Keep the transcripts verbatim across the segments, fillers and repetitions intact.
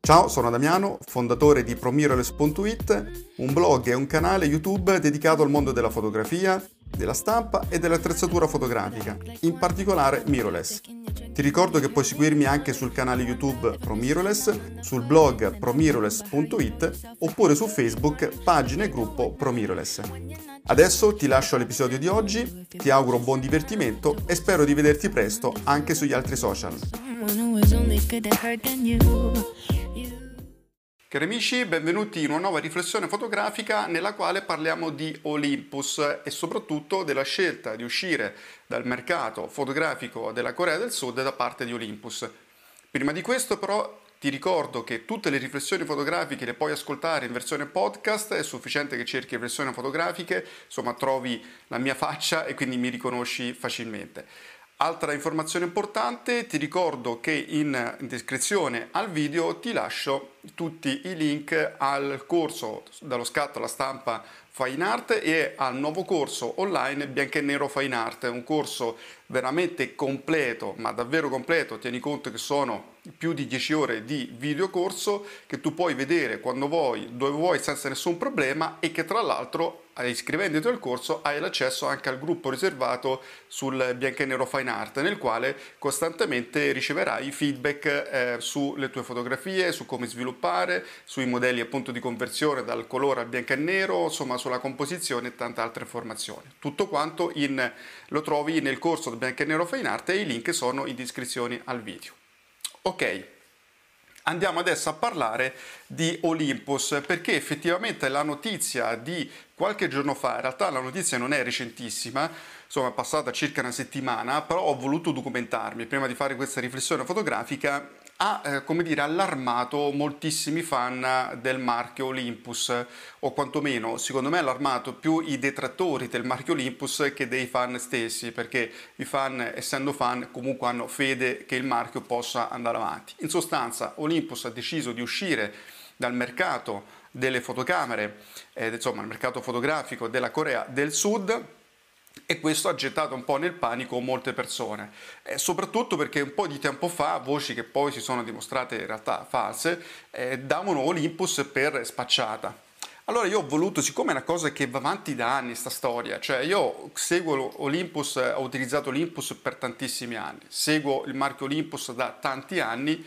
Ciao, sono Damiano, fondatore di promirrorless punto it, un blog e un canale YouTube dedicato al mondo della fotografia, della stampa e dell'attrezzatura fotografica, in particolare mirrorless. Ti ricordo che puoi seguirmi anche sul canale YouTube promirrorless, sul blog promirrorless punto it oppure su Facebook, pagina e gruppo promirrorless. Adesso ti lascio all'episodio di oggi, ti auguro buon divertimento e spero di vederti presto anche sugli altri social. Cari amici, benvenuti in una nuova riflessione fotografica nella quale parliamo di Olympus e soprattutto della scelta di uscire dal mercato fotografico della Corea del Sud da parte di Olympus. Prima di questo però ti ricordo che tutte le riflessioni fotografiche le puoi ascoltare in versione podcast, è sufficiente che cerchi riflessioni fotografiche, insomma trovi la mia faccia e quindi mi riconosci facilmente. Altra informazione importante, ti ricordo che in descrizione al video ti lascio tutti i link al corso dallo scatto alla stampa Fine Art e al nuovo corso online Bianco e Nero Fine Art, un corso veramente completo, ma davvero completo, tieni conto che sono più di dieci ore di videocorso che tu puoi vedere quando vuoi, dove vuoi senza nessun problema e che tra l'altro iscrivendoti al corso hai l'accesso anche al gruppo riservato sul Bianco e Nero Fine Art nel quale costantemente riceverai feedback eh, sulle tue fotografie, su come sviluppare, sui modelli appunto di conversione dal colore al bianco e nero, insomma sulla composizione e tante altre informazioni. Tutto quanto in, lo trovi nel corso del Bianco e Nero Fine Art e i link sono in descrizione al video. Ok. Andiamo adesso a parlare di Olympus perché effettivamente la notizia di qualche giorno fa, in realtà la notizia non è recentissima, insomma è passata circa una settimana, però ho voluto documentarmi prima di fare questa riflessione fotografica, ha eh, come dire allarmato moltissimi fan del marchio Olympus o quantomeno secondo me ha allarmato più i detrattori del marchio Olympus che dei fan stessi perché i fan essendo fan comunque hanno fede che il marchio possa andare avanti. In sostanza Olympus ha deciso di uscire dal mercato delle fotocamere, eh, insomma il mercato fotografico della Corea del Sud e questo ha gettato un po' nel panico molte persone, eh, soprattutto perché un po' di tempo fa voci che poi si sono dimostrate in realtà false eh, davano Olympus per spacciata. Allora io ho voluto, siccome è una cosa che va avanti da anni sta storia, cioè io seguo Olympus, ho utilizzato Olympus per tantissimi anni, seguo il marchio Olympus da tanti anni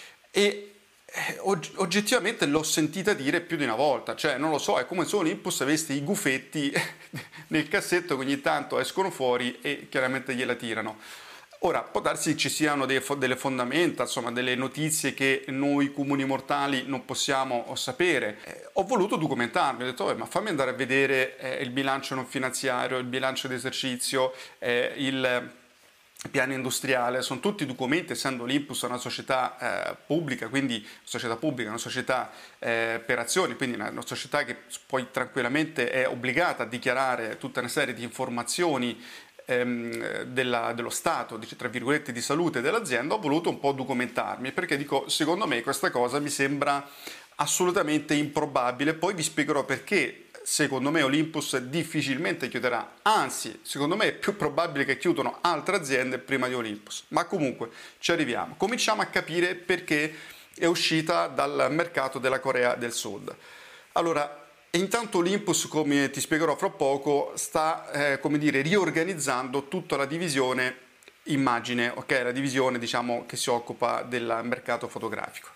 e oggettivamente l'ho sentita dire più di una volta, cioè non lo so, è come se Olympus avesse i gufetti nel cassetto che ogni tanto escono fuori e chiaramente gliela tirano. Ora, può darsi ci siano dei, delle fondamenta, insomma delle notizie che noi comuni mortali non possiamo sapere. Eh, ho voluto documentarmi, ho detto, ma fammi andare a vedere eh, il bilancio non finanziario, il bilancio di esercizio, eh, il piano industriale, sono tutti documenti, essendo Olympus una società eh, pubblica, quindi una società pubblica, una società eh, per azioni, quindi una, una società che poi tranquillamente è obbligata a dichiarare tutta una serie di informazioni ehm, della, dello stato, tra virgolette, di salute dell'azienda. Ho voluto un po' documentarmi perché dico, secondo me questa cosa mi sembra assolutamente improbabile, poi vi spiegherò perché. Secondo me Olympus difficilmente chiuderà, anzi secondo me è più probabile che chiudano altre aziende prima di Olympus, ma comunque ci arriviamo. Cominciamo a capire perché è uscita dal mercato della Corea del Sud. Allora, intanto Olympus, come ti spiegherò fra poco, sta eh, come dire, riorganizzando tutta la divisione immagine, ok? La divisione diciamo che si occupa del mercato fotografico.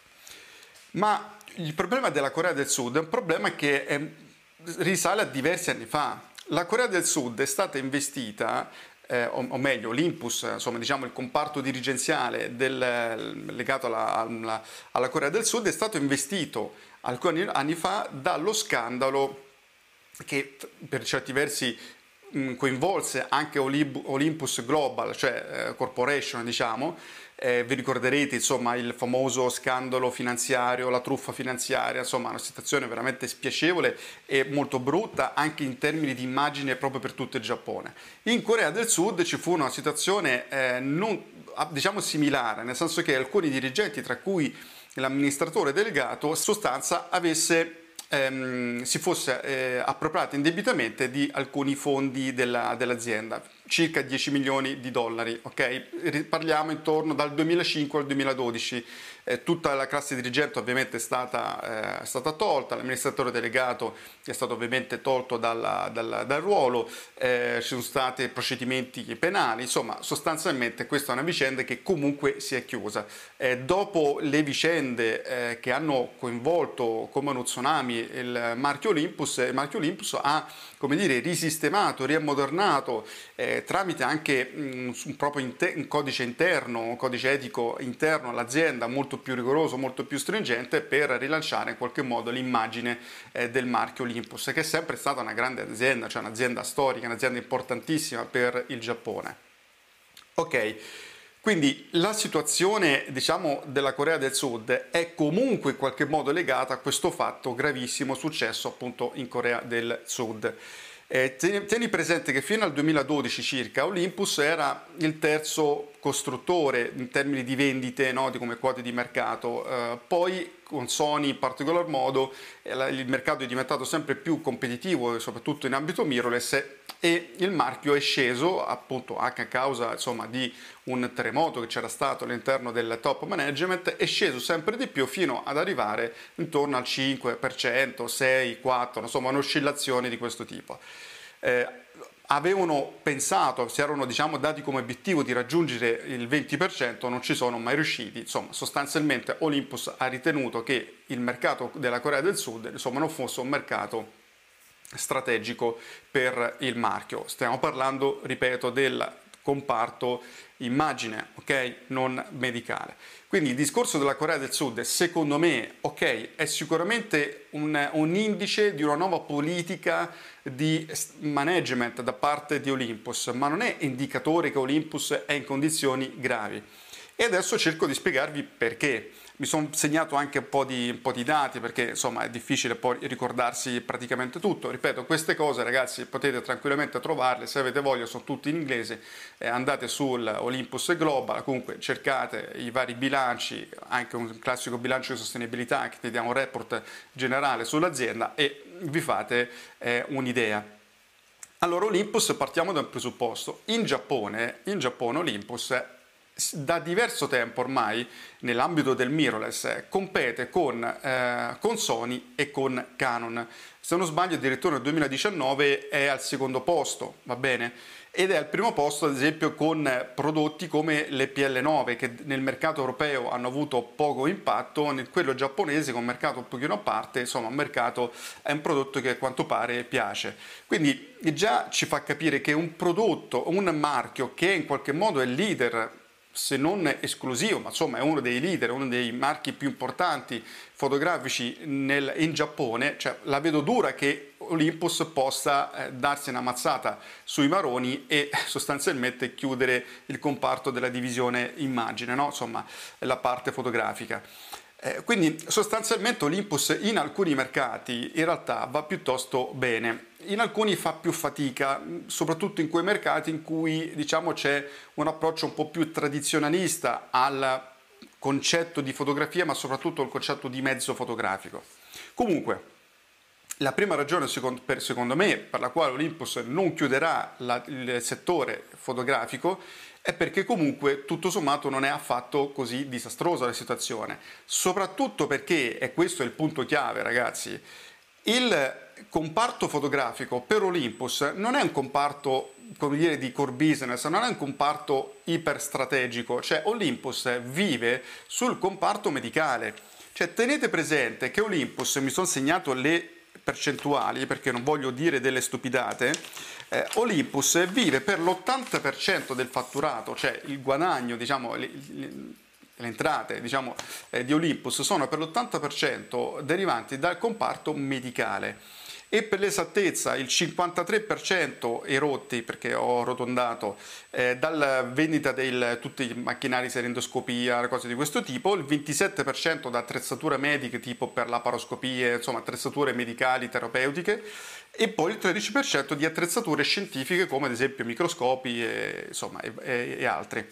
Ma il problema della Corea del Sud è un problema che è risale a diversi anni fa. La Corea del Sud è stata investita, eh, o, o meglio Olympus, insomma diciamo il comparto dirigenziale del, legato alla, alla, alla Corea del Sud è stato investito alcuni anni fa dallo scandalo che per certi versi mh, coinvolse anche Olympus Global, cioè eh, Corporation diciamo. Eh, vi ricorderete insomma il famoso scandalo finanziario, la truffa finanziaria, insomma una situazione veramente spiacevole e molto brutta anche in termini di immagine proprio per tutto il Giappone. In Corea del Sud ci fu una situazione eh, non, diciamo similare, nel senso che alcuni dirigenti, tra cui l'amministratore delegato, in sostanza avesse Ehm, si fosse eh, appropriato indebitamente di alcuni fondi della, dell'azienda. circa dieci milioni di dollari, ok? Parliamo intorno dal duemilacinque al duemiladodici. Eh, tutta la classe dirigente ovviamente è stata, eh, è stata tolta, l'amministratore delegato è stato ovviamente tolto dalla, dal, dal ruolo, eh, ci sono stati procedimenti penali, insomma sostanzialmente questa è una vicenda che comunque si è chiusa. Eh, dopo le vicende eh, che hanno coinvolto come uno tsunami il marchio Olympus, il marchio Olympus ha, come dire, risistemato, riammodernato eh, tramite anche mh, un proprio inter- un codice interno, un codice etico interno all'azienda molto più rigoroso, molto più stringente, per rilanciare in qualche modo l'immagine eh, del marchio Olympus, che è sempre stata una grande azienda, cioè un'azienda storica, un'azienda importantissima per il Giappone. Ok. Quindi la situazione, diciamo, della Corea del Sud è comunque in qualche modo legata a questo fatto gravissimo successo appunto in Corea del Sud. Eh, tieni presente che fino al duemiladodici circa Olympus era il terzo costruttore in termini di vendite, no, di come quote di mercato, eh, poi con Sony in particolar modo eh, il mercato è diventato sempre più competitivo, soprattutto in ambito mirrorless, e il marchio è sceso appunto anche a causa, insomma, di un terremoto che c'era stato all'interno del top management, è sceso sempre di più fino ad arrivare intorno al cinque per cento, sei, quattro, insomma un'oscillazione di questo tipo. Eh, avevano pensato, si erano, diciamo, dati come obiettivo di raggiungere il venti per cento, non ci sono mai riusciti. Insomma, sostanzialmente Olympus ha ritenuto che il mercato della Corea del Sud, insomma, non fosse un mercato strategico per il marchio. Stiamo parlando, ripeto, del comparto immagine, ok? Non medicale. Quindi il discorso della Corea del Sud, secondo me, ok, è sicuramente un, un indice di una nuova politica di management da parte di Olympus, ma non è indicatore che Olympus è in condizioni gravi. E adesso cerco di spiegarvi perché. Mi sono segnato anche un po' di, un po' di dati, perché insomma è difficile poi ricordarsi praticamente tutto. Ripeto, queste cose, ragazzi, potete tranquillamente trovarle, se avete voglia sono tutte in inglese, eh, andate sul Olympus Global, comunque cercate i vari bilanci, anche un classico bilancio di sostenibilità che ti dà un report generale sull'azienda e vi fate eh, un'idea. Allora, Olympus, partiamo da un presupposto. In Giappone, in Giappone Olympus da diverso tempo ormai nell'ambito del mirrorless compete con, eh, con Sony e con Canon. Se non sbaglio addirittura nel duemiladiciannove è al secondo posto, va bene? Ed è al primo posto ad esempio con prodotti come le P L nove, che nel mercato europeo hanno avuto poco impatto, in quello giapponese, con un mercato un pochino a parte, insomma un mercato, è un prodotto che a quanto pare piace. Quindi già ci fa capire che un prodotto, un marchio che in qualche modo è leader, se non esclusivo, ma insomma è uno dei leader, uno dei marchi più importanti fotografici nel, in Giappone, cioè la vedo dura che Olympus possa eh, darsi una mazzata sui maroni e sostanzialmente chiudere il comparto della divisione immagine, no? Insomma la parte fotografica. Eh, quindi sostanzialmente Olympus in alcuni mercati in realtà va piuttosto bene, in alcuni fa più fatica, soprattutto in quei mercati in cui, diciamo, c'è un approccio un po' più tradizionalista al concetto di fotografia, ma soprattutto al concetto di mezzo fotografico. Comunque, la prima ragione secondo, per, secondo me per la quale Olympus non chiuderà la, il settore fotografico è perché comunque tutto sommato non è affatto così disastrosa la situazione, soprattutto perché, e questo è il punto chiave ragazzi, il comparto fotografico per Olympus non è un comparto, come dire, di core business, non è un comparto iperstrategico, cioè Olympus vive sul comparto medicale, cioè tenete presente che Olympus, mi sono segnato le percentuali perché non voglio dire delle stupidate, eh, Olympus vive per l'ottanta per cento del fatturato, cioè il guadagno, diciamo, le, le, le entrate, diciamo, eh, di Olympus sono per l'ottanta per cento derivanti dal comparto medicale e per l'esattezza il cinquantatré per cento erotti, perché ho arrotondato, eh, dalla vendita di tutti i macchinari serendoscopia, cose di questo tipo, il ventisette per cento da attrezzature mediche tipo per laparoscopie, insomma attrezzature medicali terapeutiche, e poi il tredici per cento di attrezzature scientifiche come ad esempio microscopi e, insomma, e, e, e altri.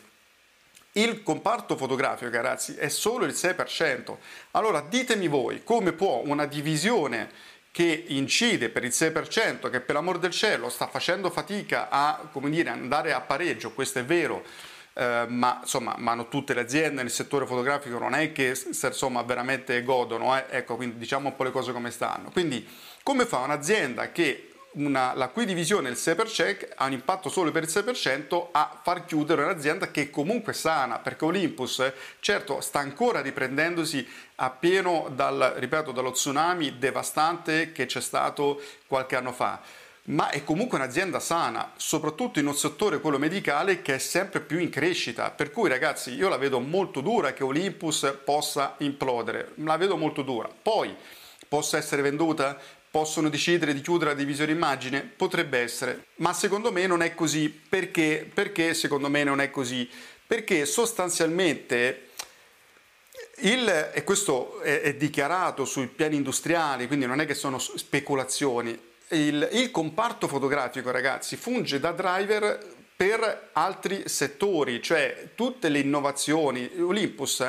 Il comparto fotografico, ragazzi, è solo il sei per cento. Allora ditemi voi come può una divisione che incide per il sei per cento, che per l'amor del cielo sta facendo fatica a, come dire, andare a pareggio, questo è vero, eh, ma insomma, ma non tutte le aziende nel settore fotografico non è che insomma veramente godono, eh? Ecco, quindi diciamo un po' le cose come stanno. Quindi come fa un'azienda che Una, la cui divisione il sei per cento ha un impatto solo per il sei per cento a far chiudere un'azienda che comunque è sana, perché Olympus certo sta ancora riprendendosi appieno dal, ripeto, dallo tsunami devastante che c'è stato qualche anno fa, ma è comunque un'azienda sana, soprattutto in un settore, quello medicale, che è sempre più in crescita, per cui ragazzi io la vedo molto dura che Olympus possa implodere, la vedo molto dura. Poi possa essere venduta? Possono decidere di chiudere la divisione immagine? Potrebbe essere, ma secondo me non è così. Perché? Perché secondo me non è così? Perché sostanzialmente, il, e questo è, è dichiarato sui piani industriali, quindi non è che sono speculazioni, il, il comparto fotografico, ragazzi, funge da driver per altri settori, cioè tutte le innovazioni. Olympus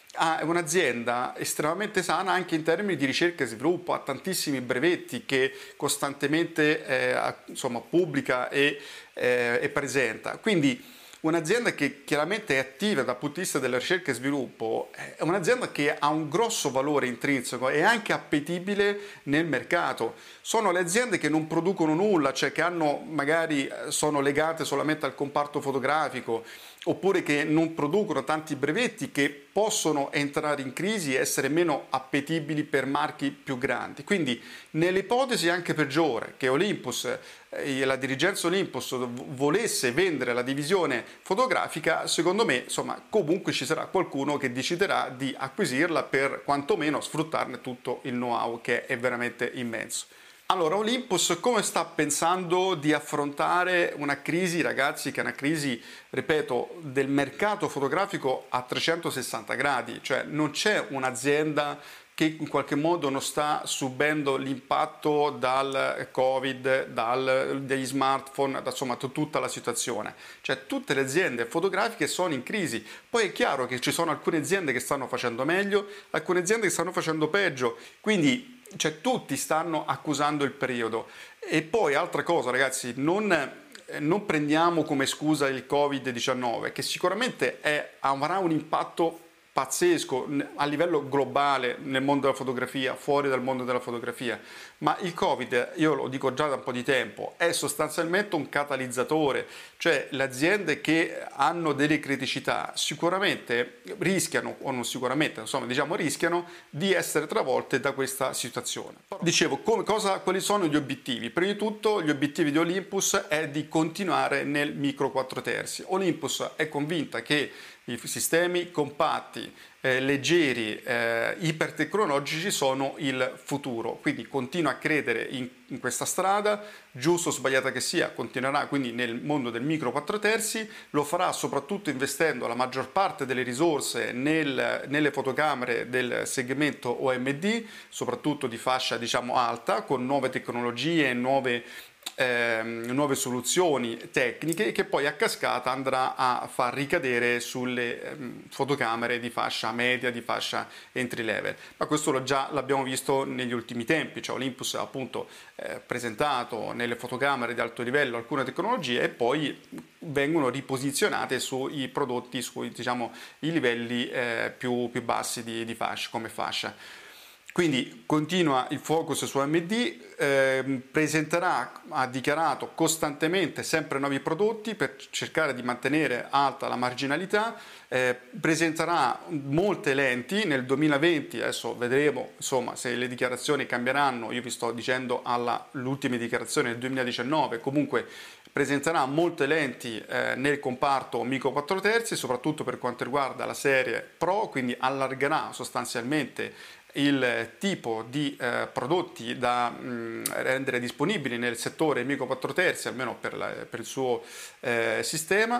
è un'azienda estremamente sana anche in termini di ricerca e sviluppo, ha tantissimi brevetti che costantemente eh, insomma, pubblica e, eh, e presenta. Quindi un'azienda che chiaramente è attiva dal punto di vista della ricerca e sviluppo, è un'azienda che ha un grosso valore intrinseco e anche appetibile nel mercato. Sono le aziende che non producono nulla, cioè che hanno, magari sono legate solamente al comparto fotografico, oppure che non producono tanti brevetti, che possono entrare in crisi e essere meno appetibili per marchi più grandi. Quindi nell'ipotesi anche peggiore che Olympus, eh, la dirigenza Olympus volesse vendere la divisione fotografica, secondo me insomma comunque ci sarà qualcuno che deciderà di acquisirla per quantomeno sfruttarne tutto il know-how, che è veramente immenso. Allora, Olympus come sta pensando di affrontare una crisi, ragazzi, che è una crisi, ripeto, del mercato fotografico a trecentosessanta gradi, cioè non c'è un'azienda che in qualche modo non sta subendo l'impatto dal Covid, dal, dagli smartphone, da, insomma tutta la situazione. Cioè tutte le aziende fotografiche sono in crisi. Poi è chiaro che ci sono alcune aziende che stanno facendo meglio, alcune aziende che stanno facendo peggio, quindi cioè, tutti stanno accusando il periodo. E poi altra cosa, ragazzi, non... non prendiamo come scusa il Covid diciannove, che sicuramente è, avrà un impatto pazzesco a livello globale nel mondo della fotografia, fuori dal mondo della fotografia, ma il Covid, io lo dico già da un po' di tempo, è sostanzialmente un catalizzatore, cioè le aziende che hanno delle criticità sicuramente rischiano, o non sicuramente, insomma diciamo rischiano di essere travolte da questa situazione. Dicevo, come, cosa, quali sono gli obiettivi? Prima di tutto gli obiettivi di Olympus è di continuare nel micro quattro terzi. Olympus è convinta che i sistemi compatti, eh, leggeri, eh, ipertecnologici sono il futuro, quindi continua a credere in, in questa strada, giusto o sbagliata che sia, continuerà quindi nel mondo del micro quattro terzi, lo farà soprattutto investendo la maggior parte delle risorse nel, nelle fotocamere del segmento O M D, soprattutto di fascia diciamo alta, con nuove tecnologie, nuove Eh, nuove soluzioni tecniche che poi a cascata andrà a far ricadere sulle eh, fotocamere di fascia media, di fascia entry level, ma questo lo già l'abbiamo visto negli ultimi tempi, cioè Olympus ha appunto eh, presentato nelle fotocamere di alto livello alcune tecnologie e poi vengono riposizionate sui prodotti, sui diciamo i livelli eh, più, più bassi di, di fascia, come fascia. Quindi continua il focus su A M D, eh, presenterà, ha dichiarato costantemente sempre nuovi prodotti per cercare di mantenere alta la marginalità, eh, presenterà molte lenti nel duemilaventi, adesso vedremo insomma se le dichiarazioni cambieranno, io vi sto dicendo alla, l'ultima dichiarazione del duemiladiciannove, comunque presenterà molte lenti eh, nel comparto micro quattro terzi, soprattutto per quanto riguarda la serie Pro, quindi allargherà sostanzialmente il tipo di eh, prodotti da mh, rendere disponibili nel settore micro quattro terzi, almeno per, la, per il suo eh, sistema.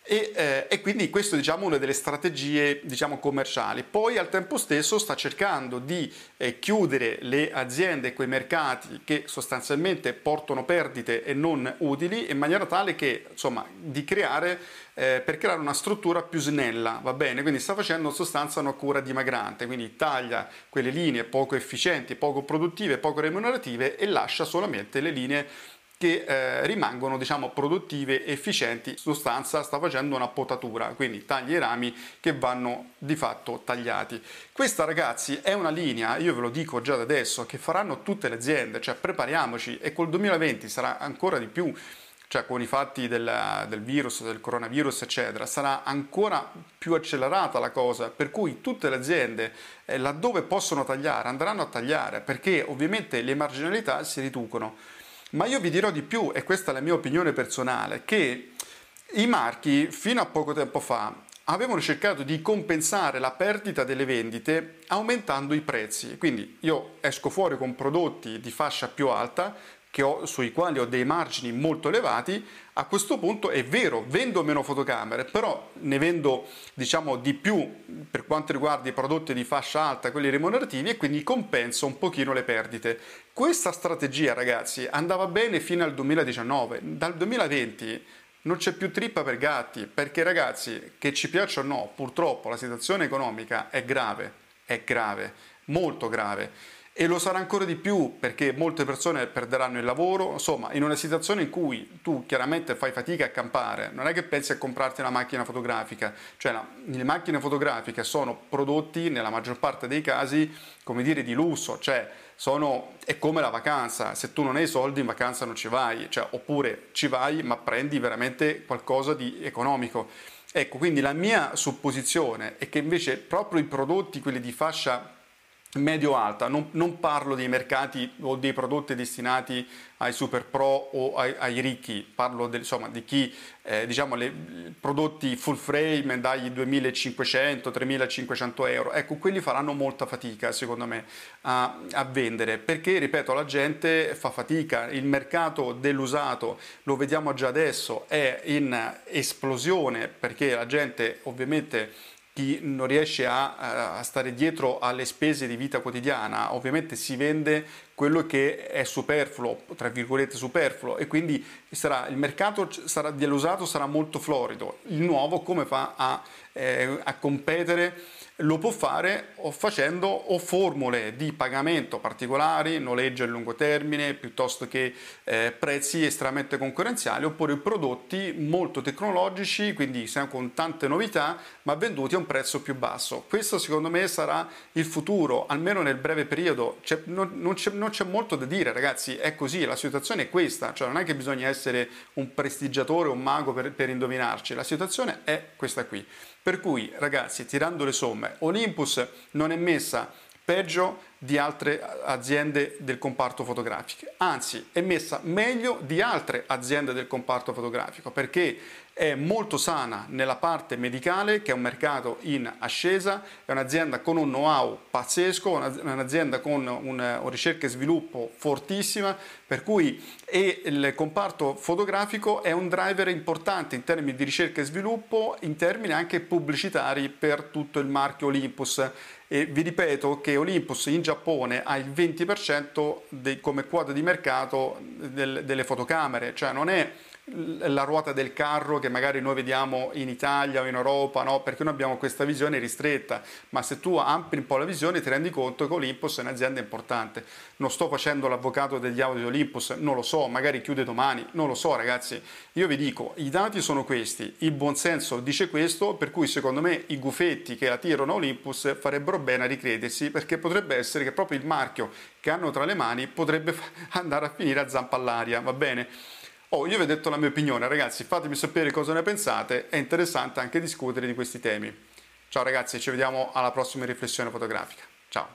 E, eh, e quindi questo, diciamo, una delle strategie, diciamo, commerciali. Poi al tempo stesso sta cercando di eh, chiudere le aziende, quei mercati che sostanzialmente portano perdite e non utili, in maniera tale che, insomma, di creare eh, per creare una struttura più snella, va bene? Quindi sta facendo in sostanza una cura dimagrante, quindi taglia quelle linee poco efficienti, poco produttive, poco remunerative e lascia solamente le linee che eh, rimangono, diciamo, produttive e efficienti. In sostanza sta facendo una potatura, quindi taglia i rami che vanno di fatto tagliati. Questa, ragazzi, è una linea, io ve lo dico già da adesso, che faranno tutte le aziende, cioè prepariamoci, e col duemilaventi sarà ancora di più, cioè con i fatti del, del virus, del coronavirus eccetera, sarà ancora più accelerata la cosa, per cui tutte le aziende eh, laddove possono tagliare andranno a tagliare, perché ovviamente le marginalità si riducono. Ma io vi dirò di più, e questa è la mia opinione personale, che i marchi fino a poco tempo fa avevano cercato di compensare la perdita delle vendite aumentando i prezzi. Quindi io esco fuori con prodotti di fascia più alta, che ho, sui quali ho dei margini molto elevati. A questo punto è vero, vendo meno fotocamere, però ne vendo, diciamo, di più per quanto riguarda i prodotti di fascia alta, quelli remunerativi, e quindi compenso un pochino le perdite. Questa strategia, ragazzi, andava bene fino al duemiladiciannove. Dal duemilaventi non c'è più trippa per gatti, perché, ragazzi, che ci piaccia o no, purtroppo la situazione economica è grave, è grave, molto grave. E lo sarà ancora di più perché molte persone perderanno il lavoro. Insomma, in una situazione in cui tu chiaramente fai fatica a campare, non è che pensi a comprarti una macchina fotografica, cioè la, le macchine fotografiche sono prodotti nella maggior parte dei casi, come dire, di lusso, cioè sono, è come la vacanza, se tu non hai soldi in vacanza non ci vai, cioè, oppure ci vai ma prendi veramente qualcosa di economico. Ecco, quindi la mia supposizione è che invece proprio i prodotti, quelli di fascia medio-alta, non, non parlo dei mercati o dei prodotti destinati ai super pro o ai, ai ricchi, parlo del, insomma, di chi, eh, diciamo, le prodotti full frame dai duemilacinquecento tremilacinquecento euro, ecco, quelli faranno molta fatica secondo me a, a vendere, perché, ripeto, la gente fa fatica, il mercato dell'usato, lo vediamo già adesso, è in esplosione, perché la gente, ovviamente, chi non riesce a, a stare dietro alle spese di vita quotidiana, ovviamente si vende quello che è superfluo, tra virgolette superfluo, e quindi sarà, il mercato sarà, dell'usato sarà molto florido. Il nuovo come fa a, eh, a competere? Lo può fare o facendo o formule di pagamento particolari, noleggio a lungo termine, piuttosto che eh, prezzi estremamente concorrenziali, oppure prodotti molto tecnologici, quindi con tante novità, ma venduti a un prezzo più basso. Questo secondo me sarà il futuro, almeno nel breve periodo. C'è, non, non, c'è, non c'è molto da dire, ragazzi, è così, la situazione è questa, cioè non è che bisogna essere un prestigiatore o un mago per, per indovinarci, la situazione è questa qui. Per cui, ragazzi, tirando le somme, Olympus non è messa peggio di altre aziende del comparto fotografico, anzi è messa meglio di altre aziende del comparto fotografico, perché è molto sana nella parte medicale, che è un mercato in ascesa, è un'azienda con un know-how pazzesco, un'azienda con una ricerca e sviluppo fortissima, per cui e il comparto fotografico è un driver importante in termini di ricerca e sviluppo, in termini anche pubblicitari per tutto il marchio Olympus. E vi ripeto che Olympus in Giappone ha il venti per cento dei, come quota di mercato del, delle fotocamere, cioè non è la ruota del carro che magari noi vediamo in Italia o in Europa, no? Perché noi abbiamo questa visione ristretta, ma se tu ampi un po' la visione ti rendi conto che Olympus è un'azienda importante. Non sto facendo l'avvocato degli audio di Olympus, non lo so, magari chiude domani, non lo so, ragazzi. Io vi dico, i dati sono questi, il buonsenso dice questo, per cui secondo me i gufetti che attirano Olympus farebbero bene a ricredersi, perché potrebbe essere che proprio il marchio che hanno tra le mani potrebbe andare a finire a zampa all'aria, va bene? Oh, io vi ho detto la mia opinione, ragazzi, fatemi sapere cosa ne pensate, è interessante anche discutere di questi temi. Ciao ragazzi, ci vediamo alla prossima riflessione fotografica. Ciao!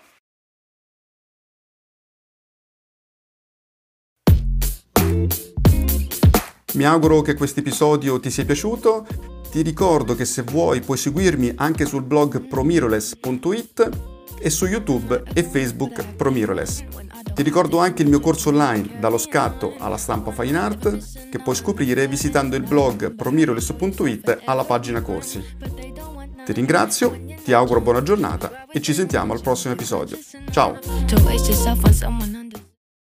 Mi auguro che questo episodio ti sia piaciuto, ti ricordo che se vuoi puoi seguirmi anche sul blog pro mirrorless punto it e su YouTube e Facebook Pro Mirrorless. Ti ricordo anche il mio corso online dallo scatto alla stampa fine art che puoi scoprire visitando il blog promiroless punto it alla pagina corsi. Ti ringrazio, ti auguro buona giornata e ci sentiamo al prossimo episodio. Ciao!